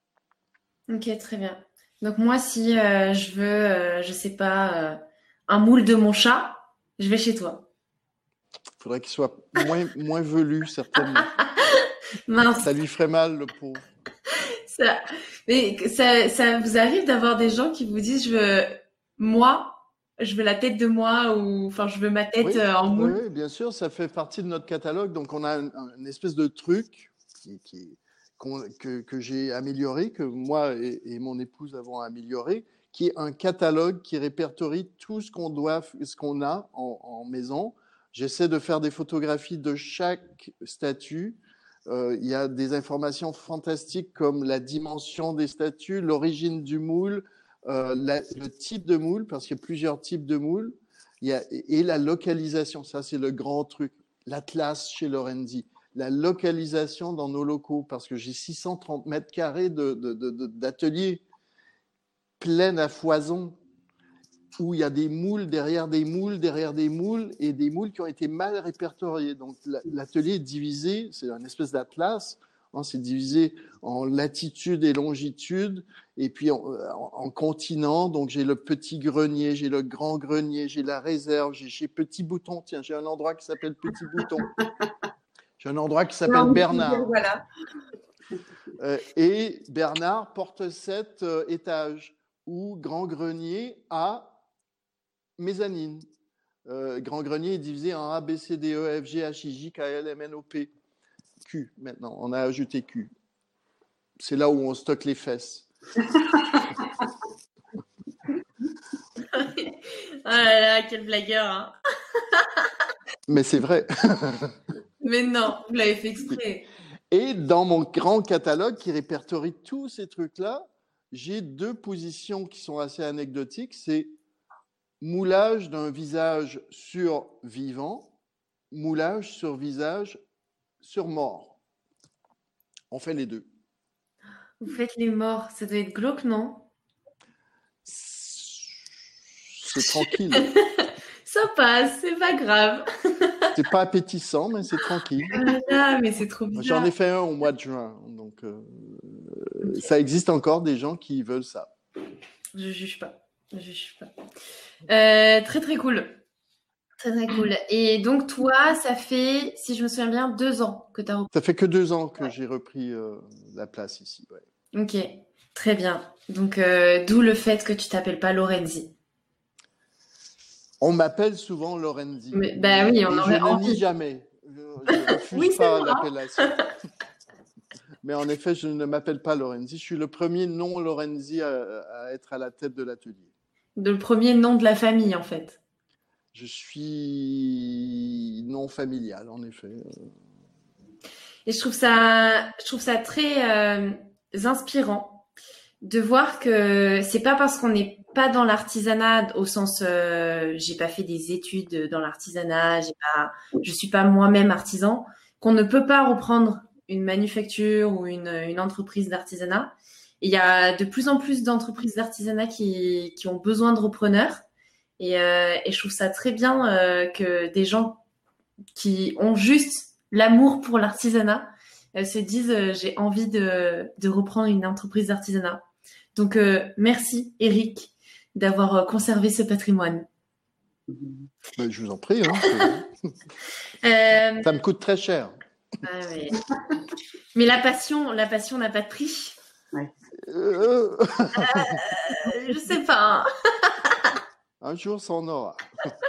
Ok, très bien. Donc moi, si euh, je veux, euh, je sais pas, euh, un moule de mon chat, je vais chez toi. Il faudrait qu'il soit moins, moins velu, certainement. Mince. Ça lui ferait mal, le pauvre. Ça, mais ça, ça vous arrive d'avoir des gens qui vous disent, je veux, moi, je veux la tête de moi, ou enfin, je veux ma tête Oui, en moule. oui, bien sûr, ça fait partie de notre catalogue. Donc, on a une, une espèce de truc qui, qui, qu'on, que, que j'ai amélioré, que moi et, et mon épouse avons amélioré, qui est un catalogue qui répertorie tout ce qu'on doit, ce qu'on a en, en maison. J'essaie de faire des photographies de chaque statue. Euh, il y a des informations fantastiques comme la dimension des statues, l'origine du moule, euh, la, le type de moule, parce qu'il y a plusieurs types de moules, il y a, et la localisation. Ça, c'est le grand truc. L'Atlas chez Lorenzi. La localisation dans nos locaux, parce que j'ai six cent trente mètres carrés de, de, de, de, d'ateliers pleins à foison, où il y a des moules derrière des moules, derrière des moules, et des moules qui ont été mal répertoriés. Donc l'atelier est divisé, c'est un espèce d'atlas, hein, c'est divisé en latitude et longitude, et puis en, en, en continent. Donc j'ai le petit grenier, j'ai le grand grenier, j'ai la réserve, j'ai chez Petit Bouton. Tiens, j'ai un endroit qui s'appelle Petit Bouton. J'ai un endroit qui s'appelle Bernard. Voilà. Euh, et Bernard porte sept euh, étages, où Grand Grenier a mezzanine. Euh, Grand Grenier est divisé en A, B, C, D, E, F, G, H, I, J, K, L, M, N, O, P, Q. Maintenant, on a ajouté Q. C'est là où on stocke les fesses. Oh là là, quel blagueur, hein. Mais c'est vrai. Mais non, vous l'avez fait exprès. Et dans mon grand catalogue qui répertorie tous ces trucs-là, j'ai deux positions qui sont assez anecdotiques. C'est moulage d'un visage sur vivant, moulage sur visage sur mort. On fait les deux. Vous faites les morts, ça doit être glauque, non? C'est tranquille. Ça passe, c'est pas grave. C'est pas appétissant, mais c'est tranquille. Ah, mais c'est trop bizarre. J'en ai fait un au mois de juin, donc euh, ça existe encore des gens qui veulent ça. Je juge pas, je juge pas. Euh, très très cool, très très cool. Et donc toi, ça fait, si je me souviens bien, deux ans que tu as repris. Ça fait que deux ans que j'ai repris euh, la place ici. Ouais. Ok, très bien. Donc euh, d'où le fait que tu t'appelles pas Lorenzi. On m'appelle souvent Lorenzi. Mais, bah oui, on aurait je ne envie. nie jamais. Je, je refuse Oui, c'est pas moi. l'appellation. Mais en effet, je ne m'appelle pas Lorenzi. Je suis le premier non Lorenzi à, à être à la tête de l'atelier. De le premier nom de la famille, en fait. Je suis non familial, en effet. Et je trouve ça, je trouve ça très euh, inspirant de voir que c'est pas parce qu'on n'est pas dans l'artisanat au sens euh, j'ai pas fait des études dans l'artisanat, j'ai pas, je suis pas moi-même artisan, qu'on ne peut pas reprendre une manufacture ou une, une entreprise d'artisanat. Et il y a de plus en plus d'entreprises d'artisanat qui, qui ont besoin de repreneurs. Et, euh, et je trouve ça très bien euh, que des gens qui ont juste l'amour pour l'artisanat euh, se disent euh, j'ai envie de, de reprendre une entreprise d'artisanat. Donc euh, merci Eric d'avoir euh, conservé ce patrimoine. Ben, je vous en prie. Hein, euh, ça me coûte très cher. Ah ouais. Mais la passion, la passion n'a pas de prix. Ouais. Euh... Euh, je sais pas. Un jour, ça en aura.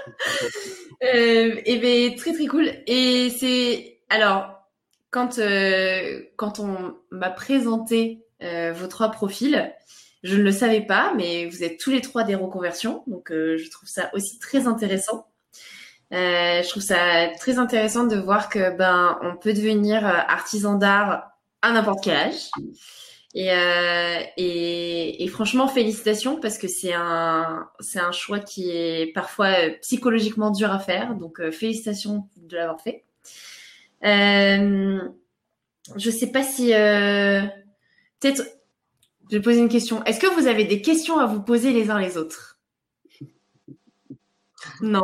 euh, et ben très très cool. Et c'est alors quand euh, quand on m'a présenté euh, vos trois profils, je ne le savais pas, mais vous êtes tous les trois des reconversions, donc euh, je trouve ça aussi très intéressant. Euh, je trouve ça très intéressant de voir que ben on peut devenir artisan d'art à n'importe quel âge. Et, euh, et, et franchement, félicitations parce que c'est un, c'est un choix qui est parfois psychologiquement dur à faire. Donc, euh, félicitations de l'avoir fait. Euh, je sais pas si... Euh, peut-être... Je vais poser une question. Est-ce que vous avez des questions à vous poser les uns les autres? Non.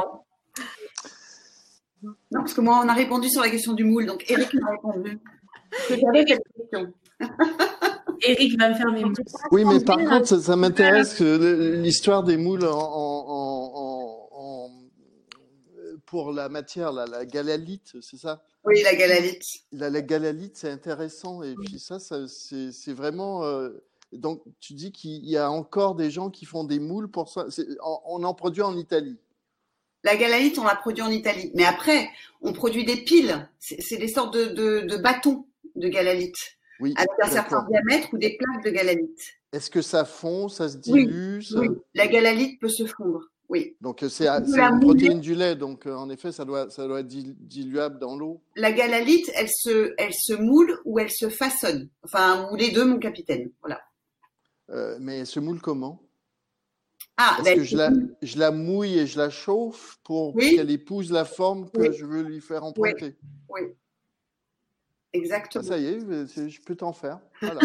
Non, parce que moi, on a répondu sur la question du moule. Donc, Eric m'a répondu. J'avais quelques questions. Eric va me faire mes mots. Oui, mais par contre, ça, ça m'intéresse que l'histoire des moules en, en, en, en, pour la matière, la, la galalite, c'est ça? Oui, la galalite. La, la galalite, c'est intéressant. Et puis ça, ça c'est, c'est vraiment... Euh, donc, tu dis qu'il y a encore des gens qui font des moules pour ça. C'est, on, on en produit en Italie. La galalite, on la produit en Italie. Mais après, on produit des piles. C'est, c'est des sortes de, de, de bâtons de galalite. Oui, avec un certain diamètre ou des plaques de galalite. Est-ce que ça fond, ça se dilue? Oui, ça... oui. La galalite peut se fondre, oui. Donc c'est, c'est une protéine du lait, donc en effet ça doit, ça doit être diluable dans l'eau. La galalite, elle se, elle se moule ou elle se façonne. Enfin, ou les deux, mon capitaine. Voilà. Euh, mais elle se moule comment? Ah, Est-ce ben, que je la, je la mouille et je la chauffe pour oui. qu'elle épouse la forme que oui. je veux lui faire emprunter? Oui. oui. Exactement. Ah, ça y est, je peux t'en faire. Voilà.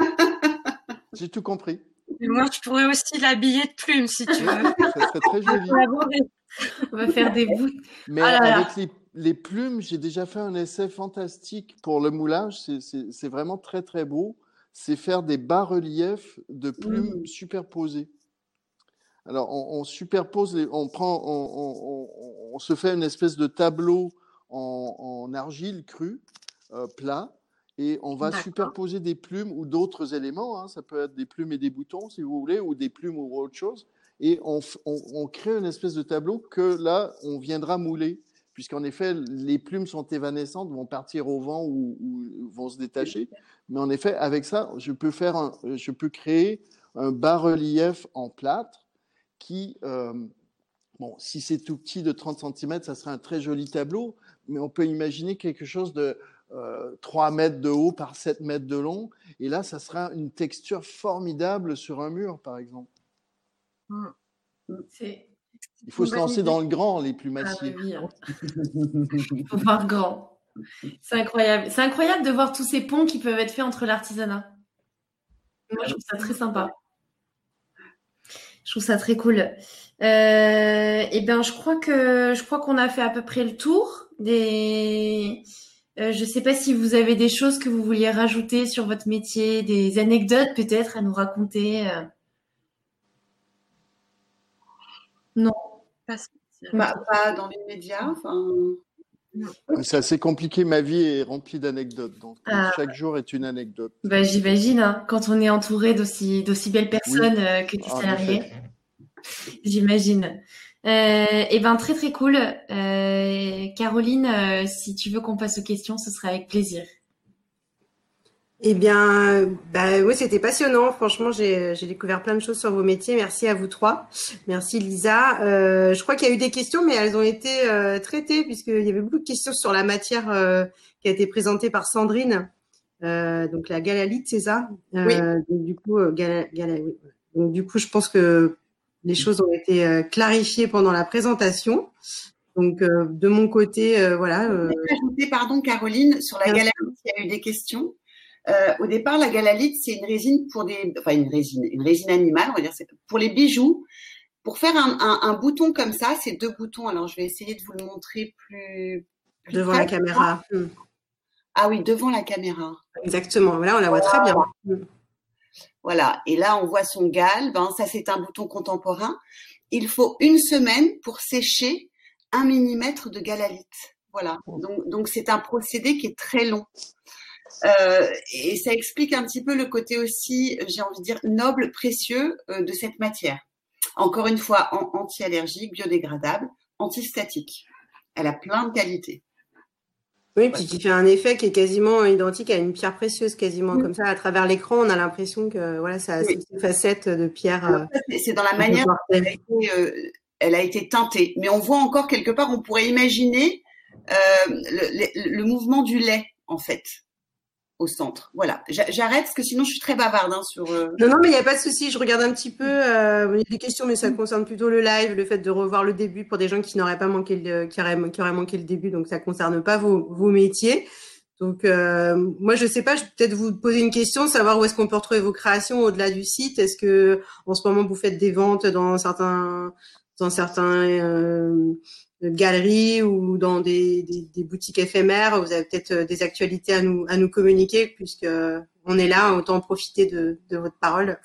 J'ai tout compris. Et moi, je pourrais aussi l'habiller de plumes, si tu veux. Ça serait très joli. On va faire des bouts. Mais ah là avec là. Les, les plumes, j'ai déjà fait un essai fantastique pour le moulage. C'est, c'est, c'est vraiment très, très beau. C'est faire des bas-reliefs de plumes mmh. superposées. Alors, on, on superpose, les, on, prend, on, on, on se fait une espèce de tableau en, en argile crue. Euh, plat, et on va D'accord. superposer des plumes ou d'autres éléments, hein, ça peut être des plumes et des boutons si vous voulez, ou des plumes ou autre chose, et on, on, on crée une espèce de tableau que là, on viendra mouler, puisqu'en effet, les plumes sont évanescentes, vont partir au vent ou, ou vont se détacher, mais en effet, avec ça, je peux, faire un, je peux créer un bas-relief en plâtre qui... Euh, Bon, si c'est tout petit de trente centimètres, ça serait un très joli tableau, mais on peut imaginer quelque chose de euh, trois mètres de haut par sept mètres de long. Et là, ça sera une texture formidable sur un mur, par exemple. C'est... Il faut se lancer dans le grand, les plumassiers. Ah, oui, hein. Il faut voir grand. C'est incroyable. C'est incroyable de voir tous ces ponts qui peuvent être faits entre l'artisanat. Moi, je trouve ça très sympa. Je trouve ça très cool. Euh, et ben, je crois que je crois qu'on a fait à peu près le tour des. Euh, je sais pas si vous avez des choses que vous vouliez rajouter sur votre métier, des anecdotes peut-être à nous raconter. Euh... Non. Pas, bah, pas dans les médias. Enfin. C'est assez compliqué. Ma vie est remplie d'anecdotes. Donc, ah. chaque jour est une anecdote. Bah, j'imagine, hein, quand on est entouré d'aussi, d'aussi belles personnes oui. euh, que tes salariés. J'imagine. Euh, et ben, très, très cool. Euh, Caroline, euh, si tu veux qu'on passe aux questions, ce sera avec plaisir. Eh bien, bah, oui, c'était passionnant. Franchement, j'ai, j'ai découvert plein de choses sur vos métiers. Merci à vous trois. Merci Lisa. Euh, je crois qu'il y a eu des questions, mais elles ont été euh, traitées puisqu'il y avait beaucoup de questions sur la matière euh, qui a été présentée par Sandrine. Euh, donc la galalite, c'est ça euh, Oui. Donc, du coup, euh, gala, gala, oui. Donc du coup, je pense que les choses ont été euh, clarifiées pendant la présentation. Donc euh, de mon côté, euh, voilà. Je voulais ajouter, pardon, Caroline, sur la galalite, il y a eu des questions. Euh, au départ, la galalite, c'est une résine pour des, enfin une résine, une résine animale, on va dire, c'est pour les bijoux. Pour faire un, un, un bouton comme ça, c'est deux boutons. Alors, je vais essayer de vous le montrer plus, plus devant près. La caméra. Ah oui, devant la caméra. Exactement. Là, on la voit très bien. Voilà. Et là, on voit son galbe. Hein. Ça, c'est un bouton contemporain. Il faut une semaine pour sécher un millimètre de galalite. Voilà. Donc, donc c'est un procédé qui est très long. Euh, et ça explique un petit peu le côté aussi, j'ai envie de dire, noble, précieux euh, de cette matière. Encore une fois, en, anti-allergique, biodégradable, antistatique. Elle a plein de qualités. Oui, puis qui fait un effet qui est quasiment identique à une pierre précieuse, quasiment. Oui. Comme ça, à travers l'écran, on a l'impression que voilà, ça a oui. ces facettes de pierre. Alors, c'est, c'est dans la manière dont elle a été, euh, elle a été teintée. Mais on voit encore quelque part, on pourrait imaginer euh, le, le, le mouvement du lait, en fait. Au centre. Voilà. J'arrête parce que sinon je suis très bavarde hein, sur. Euh... Non, non, mais il n'y a pas de souci. Je regarde un petit peu. Euh, il y a des questions, mais ça concerne plutôt le live, le fait de revoir le début pour des gens qui n'auraient pas manqué le, qui auraient, qui auraient manqué le début. Donc ça concerne pas vos, vos métiers. Donc euh, moi je sais pas. Je vais peut-être vous poser une question, savoir où est-ce qu'on peut retrouver vos créations au-delà du site. Est-ce que en ce moment vous faites des ventes dans certains, dans certains euh, galeries ou dans des, des, des boutiques éphémères, vous avez peut-être des actualités à nous à nous communiquer puisque on est là, autant profiter de, de votre parole.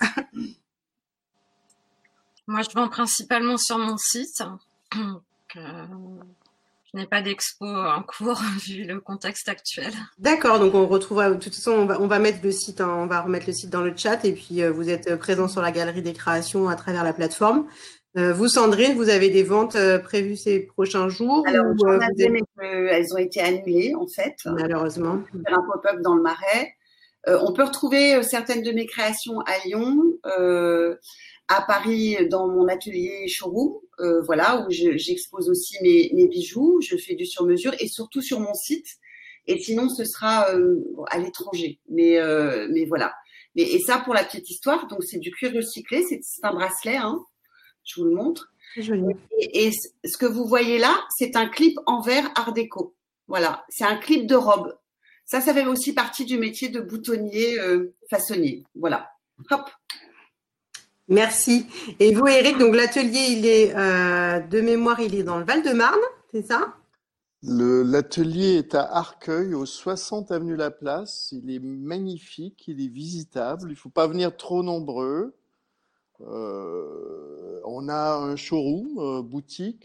Moi, je vends principalement sur mon site. Donc, euh, je n'ai pas d'expo en cours vu le contexte actuel. D'accord, donc on retrouvera. De toute façon, on va on va mettre le site, hein, on va remettre le site dans le chat et puis euh, vous êtes présent sur la galerie des créations à travers la plateforme. Euh, vous, Sandrine, vous avez des ventes euh, prévues ces prochains jours? Alors, ou, j'en euh, avais, êtes... mais euh, elles ont été annulées, en fait. Malheureusement. Faire un pop-up dans le Marais. Euh, on peut retrouver euh, certaines de mes créations à Lyon, euh, à Paris, dans mon atelier showroom, euh, voilà, où je, j'expose aussi mes, mes bijoux. Je fais du sur-mesure et surtout sur mon site. Et sinon, ce sera euh, à l'étranger. Mais, euh, mais voilà. Mais, et ça, pour la petite histoire, donc c'est du cuir recyclé. C'est, c'est un bracelet, hein. Je vous le montre. Joli. Et, et ce que vous voyez là, c'est un clip en verre art déco. Voilà, c'est un clip de robe. Ça, ça fait aussi partie du métier de boutonnier euh, façonnier. Voilà. Hop. Merci. Et vous, Eric, donc l'atelier, il est euh, de mémoire, il est dans le Val-de-Marne, c'est ça? Le, l'atelier est à Arcueil, au soixante avenue La Place. Il est magnifique, il est visitable. Il ne faut pas venir trop nombreux. Euh, on a un showroom, euh, boutique,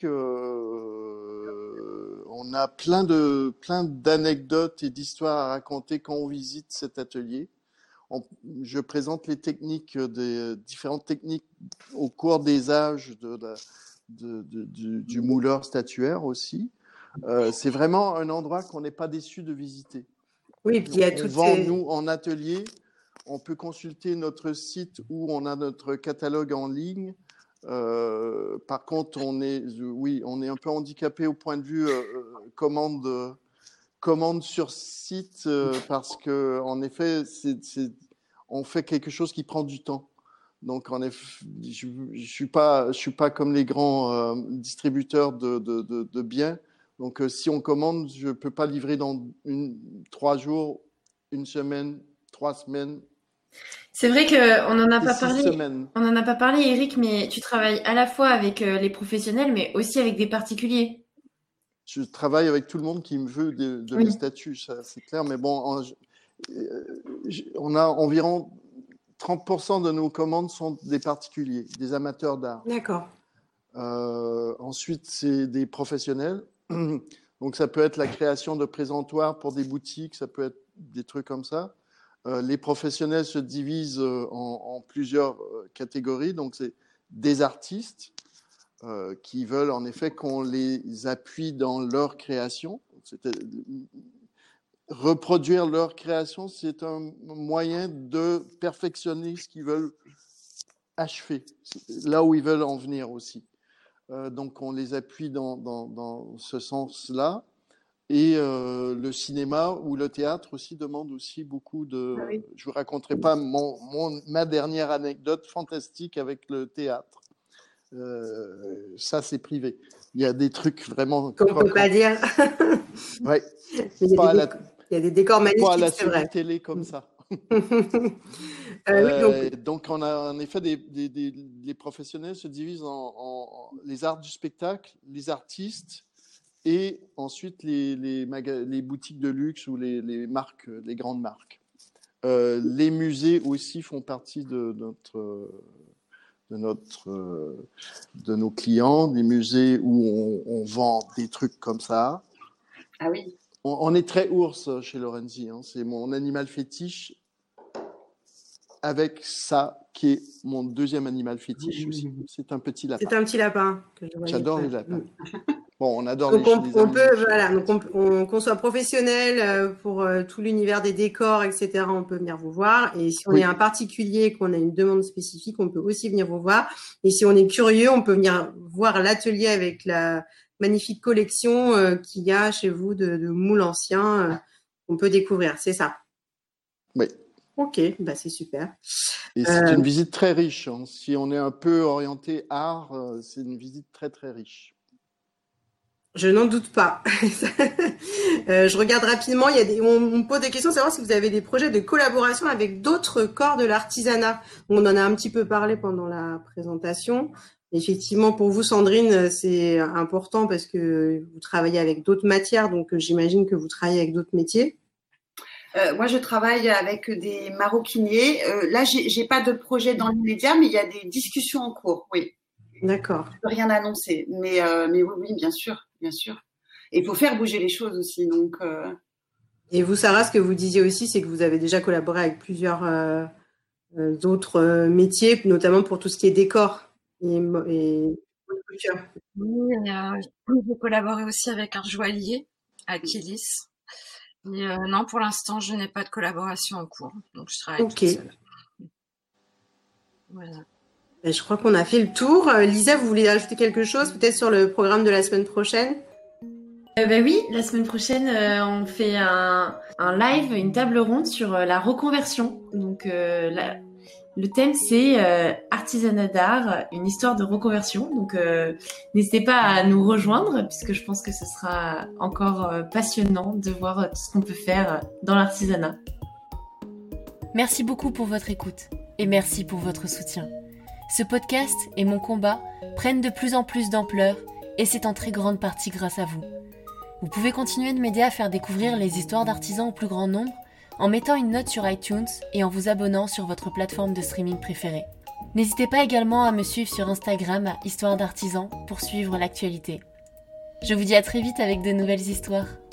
euh, on a plein de plein d'anecdotes et d'histoires à raconter quand on visite cet atelier. On, je présente les techniques, des différentes techniques au cours des âges de la, de, de, du, du mouleur statuaire aussi. Euh, c'est vraiment un endroit qu'on n'est pas déçu de visiter. Oui, puis il y a on toutes vend ces... nous en atelier. On peut consulter notre site où on a notre catalogue en ligne. Euh, par contre, on est, oui, on est un peu handicapé au point de vue euh, commande, commande sur site euh, parce que en effet, c'est, c'est, on fait quelque chose qui prend du temps. Donc, en effet, je ne suis pas, je suis pas comme les grands euh, distributeurs de, de, de, de biens. Donc, euh, si on commande, je ne peux pas livrer dans une, trois jours, une semaine, trois semaines. C'est vrai qu'on n'en a et pas six parlé. semaines. On n'en a pas parlé, Eric, mais tu travailles à la fois avec euh, les professionnels, mais aussi avec des particuliers. Je travaille avec tout le monde qui me veut de, de Oui. mes statuts, ça, c'est clair. Mais bon, en, euh, on a environ trente pour cent de nos commandes sont des particuliers, des amateurs d'art. D'accord. Euh, ensuite, c'est des professionnels. Donc, ça peut être la création de présentoirs pour des boutiques, ça peut être des trucs comme ça. Euh, les professionnels se divisent en, en plusieurs catégories. Donc, c'est des artistes euh, qui veulent en effet qu'on les appuie dans leur création. C'est, reproduire leur création, c'est un moyen de perfectionner ce qu'ils veulent achever, là où ils veulent en venir aussi. Euh, donc, on les appuie dans, dans, dans ce sens-là. Et euh, le cinéma ou le théâtre aussi demande aussi beaucoup de... Ah oui. Je ne vous raconterai pas mon, mon, ma dernière anecdote fantastique avec le théâtre. Euh, ça, c'est privé. Il y a des trucs vraiment... Qu'on ne peut pas dire. Ouais. Il y, pas a des, la... déc- il y a des décors magnifiques, pas à la c'est vrai. télé comme ça. euh, oui, donc... Euh, donc, on a en effet des, des, des les professionnels se divisent en, en, en les arts du spectacle, les artistes et ensuite les, les, maga- les boutiques de luxe ou les, les marques, les grandes marques. Euh, les musées aussi font partie de notre, de notre, de nos clients, des musées où on, on vend des trucs comme ça. Ah oui. On, on est très ours chez Lorenzi, hein. C'est mon animal fétiche. Avec ça, qui est mon deuxième animal fétiche aussi. C'est un petit lapin. C'est un petit lapin. Que je voyais. J'adore les lapins. Bon, on adore donc les, on, les on peut, animaux. voilà, donc on, on, qu'on soit professionnel pour euh, tout l'univers des décors, et cetera, on peut venir vous voir. Et si on Oui. est un particulier, qu'on a une demande spécifique, on peut aussi venir vous voir. Et si on est curieux, on peut venir voir l'atelier avec la magnifique collection euh, qu'il y a chez vous de, de moules anciens euh, qu'on peut découvrir. C'est ça? Oui. Ok, bah c'est super. Et c'est euh... une visite très riche. Hein. Si on est un peu orienté art, euh, c'est une visite très très riche. Je n'en doute pas. euh, je regarde rapidement. Il y a des, on, on me pose des questions, savoir si vous avez des projets de collaboration avec d'autres corps de l'artisanat. On en a un petit peu parlé pendant la présentation. Effectivement, pour vous, Sandrine, c'est important parce que vous travaillez avec d'autres matières, donc j'imagine que vous travaillez avec d'autres métiers. Euh, moi, je travaille avec des maroquiniers. Euh, là, j'ai, j'ai pas de projet dans l'immédiat, mais il y a des discussions en cours. Oui. D'accord. Je peux rien annoncer, mais euh, mais oui, oui, bien sûr, bien sûr. Et il faut faire bouger les choses aussi, donc. Euh... Et vous, Sarah, ce que vous disiez aussi, c'est que vous avez déjà collaboré avec plusieurs euh, euh, autres euh, métiers, notamment pour tout ce qui est décor et, et... Oui, euh, j'ai collaboré aussi avec un joaillier à Kilis. Et euh, non, pour l'instant, je n'ai pas de collaboration en cours, donc je travaille okay. toute seule. Voilà. Et je crois qu'on a fait le tour. Lisa, vous voulez ajouter quelque chose, peut-être sur le programme de la semaine prochaine? Euh, ben oui, la semaine prochaine, euh, on fait un, un live, une table ronde sur euh, la reconversion. Donc, euh, la, le thème, c'est euh, artisanat d'art, une histoire de reconversion. Donc, euh, n'hésitez pas à nous rejoindre, puisque je pense que ce sera encore euh, passionnant de voir euh, tout ce qu'on peut faire dans l'artisanat. Merci beaucoup pour votre écoute et merci pour votre soutien. Ce podcast et mon combat prennent de plus en plus d'ampleur et c'est en très grande partie grâce à vous. Vous pouvez continuer de m'aider à faire découvrir les histoires d'artisans au plus grand nombre en mettant une note sur iTunes et en vous abonnant sur votre plateforme de streaming préférée. N'hésitez pas également à me suivre sur Instagram à Histoire d'Artisans pour suivre l'actualité. Je vous dis à très vite avec de nouvelles histoires.